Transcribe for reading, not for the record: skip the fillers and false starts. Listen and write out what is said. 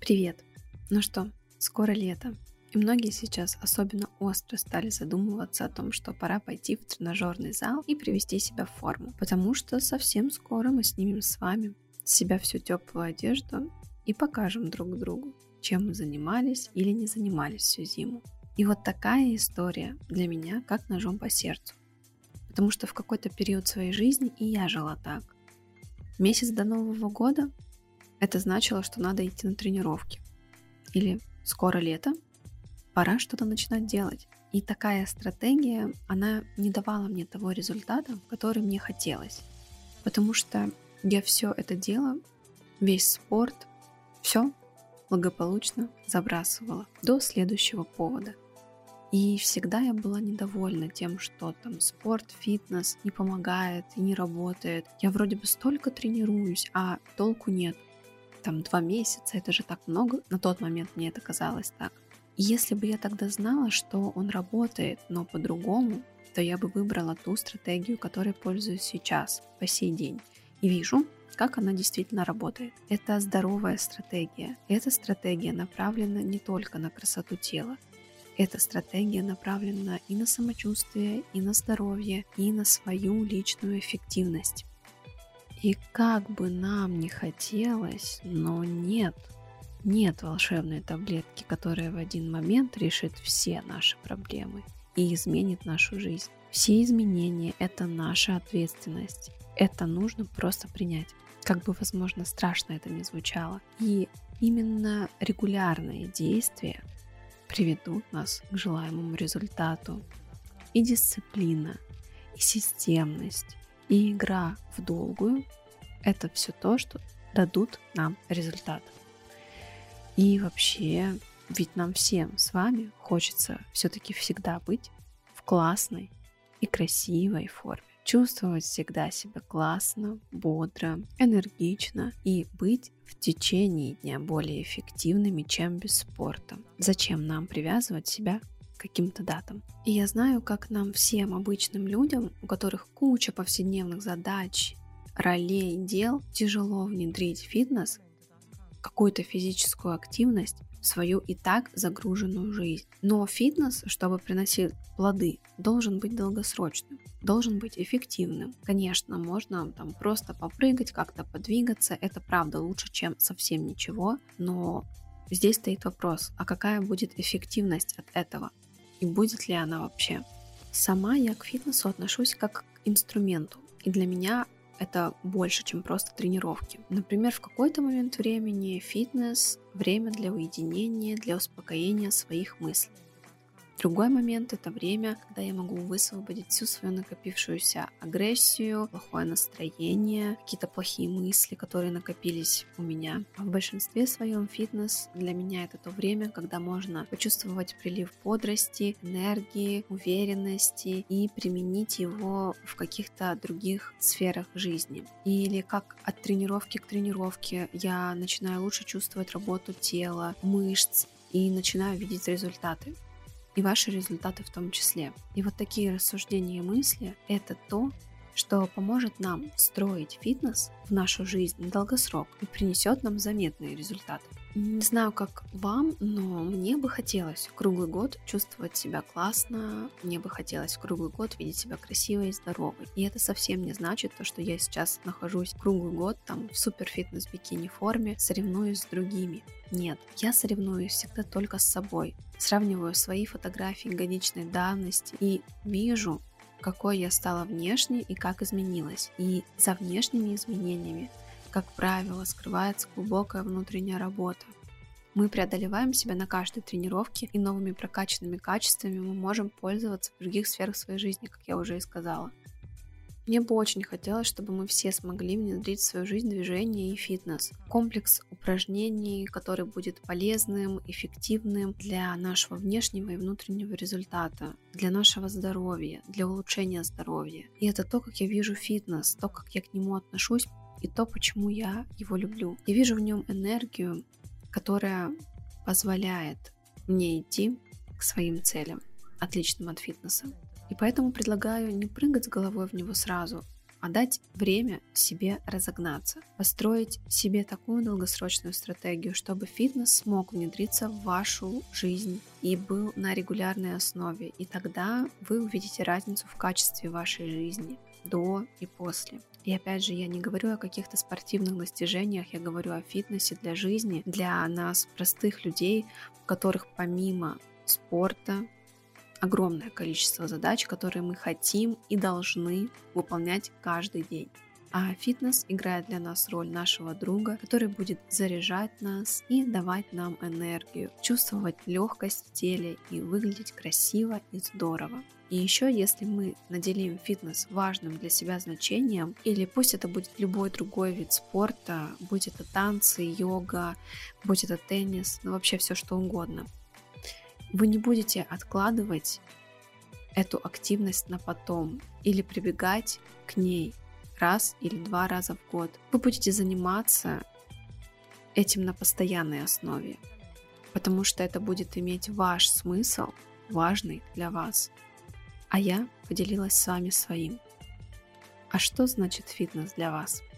Привет! Ну что, скоро лето, и многие сейчас особенно остро стали задумываться о том, что пора пойти в тренажерный зал и привести себя в форму, потому что совсем скоро мы снимем с вами с себя всю теплую одежду и покажем друг другу, чем мы занимались или не занимались всю зиму. И вот такая история для меня как ножом по сердцу, потому что в какой-то период своей жизни и я жила так. Месяц до Нового года это значило, что надо идти на тренировки. Или скоро лето, пора что-то начинать делать. И такая стратегия, она не давала мне того результата, который мне хотелось. Потому что я все это дело, весь спорт, все благополучно забрасывала до следующего повода. И всегда я была недовольна тем, что там спорт, фитнес не помогает и не работает. Я вроде бы столько тренируюсь, а толку нет. Там 2 месяца, это же так много, на тот момент мне это казалось так. И если бы я тогда знала, что он работает, но по-другому, то я бы выбрала ту стратегию, которой пользуюсь сейчас, по сей день. И вижу, как она действительно работает. Это здоровая стратегия. Эта стратегия направлена не только на красоту тела. Эта стратегия направлена и на самочувствие, и на здоровье, и на свою личную эффективность. И как бы нам ни хотелось, но нет волшебной таблетки, которая в один момент решит все наши проблемы и изменит нашу жизнь. Все изменения – это наша ответственность. Это нужно просто принять. Как бы, возможно, страшно это ни звучало. И именно регулярные действия приведут нас к желаемому результату. И дисциплина, и системность, и игра в долгую – это все то, что дадут нам результат. И вообще, ведь нам всем с вами хочется все-таки всегда быть в классной и красивой форме. Чувствовать всегда себя классно, бодро, энергично и быть в течение дня более эффективными, чем без спорта. Зачем нам привязывать себя к каким-то датам? И я знаю, как нам всем обычным людям, у которых куча повседневных задач, ролей, дел, тяжело внедрить фитнес, какую-то физическую активность в свою и так загруженную жизнь. Но фитнес, чтобы приносить плоды, должен быть долгосрочным, должен быть эффективным. Конечно, можно там просто попрыгать, как-то подвигаться, это правда лучше, чем совсем ничего, но здесь стоит вопрос, а какая будет эффективность от этого? И будет ли она вообще? Сама я к фитнесу отношусь как к инструменту, и для меня это больше, чем просто тренировки. Например, в какой-то момент времени фитнес – время для уединения, для успокоения своих мыслей. Другой момент – это время, когда я могу высвободить всю свою накопившуюся агрессию, плохое настроение, какие-то плохие мысли, которые накопились у меня. А в большинстве своем фитнес для меня – это то время, когда можно почувствовать прилив бодрости, энергии, уверенности и применить его в каких-то других сферах жизни. Или как от тренировки к тренировке я начинаю лучше чувствовать работу тела, мышц и начинаю видеть результаты. И ваши результаты в том числе. И вот такие рассуждения и мысли – это то, что поможет нам строить фитнес в нашу жизнь на долгосрок и принесет нам заметные результаты. Не знаю, как вам, но мне бы хотелось круглый год чувствовать себя классно, мне бы хотелось круглый год видеть себя красивой и здоровой. И это совсем не значит то, что я сейчас нахожусь круглый год там в супер фитнес бикини форме, соревнуюсь с другими. Нет, я соревнуюсь всегда только с собой. Сравниваю свои фотографии годичной давности и вижу, какой я стала внешне и как изменилась. И за внешними изменениями, как правило, скрывается глубокая внутренняя работа. Мы преодолеваем себя на каждой тренировке, и новыми прокачанными качествами мы можем пользоваться в других сферах своей жизни, как я уже и сказала. Мне бы очень хотелось, чтобы мы все смогли внедрить в свою жизнь движение и фитнес. Комплекс упражнений, который будет полезным, эффективным для нашего внешнего и внутреннего результата, для нашего здоровья, для улучшения здоровья. И это то, как я вижу фитнес, то, как я к нему отношусь, и то, почему я его люблю. Я вижу в нем энергию, которая позволяет мне идти к своим целям, отличным от фитнеса. И поэтому предлагаю не прыгать с головой в него сразу, а дать время себе разогнаться, построить себе такую долгосрочную стратегию, чтобы фитнес смог внедриться в вашу жизнь и был на регулярной основе. И тогда вы увидите разницу в качестве вашей жизни до и после. И опять же, я не говорю о каких-то спортивных достижениях, я говорю о фитнесе для жизни, для нас, простых людей, у которых помимо спорта огромное количество задач, которые мы хотим и должны выполнять каждый день. А фитнес играет для нас роль нашего друга, который будет заряжать нас и давать нам энергию, чувствовать легкость в теле и выглядеть красиво и здорово. И еще, если мы наделим фитнес важным для себя значением, или пусть это будет любой другой вид спорта, будь это танцы, йога, будь это теннис, вообще все что угодно, вы не будете откладывать эту активность на потом или прибегать к ней раз или 2 раза в год. Вы будете заниматься этим на постоянной основе, потому что это будет иметь ваш смысл, важный для вас. А я поделилась с вами своим. А что значит фитнес для вас?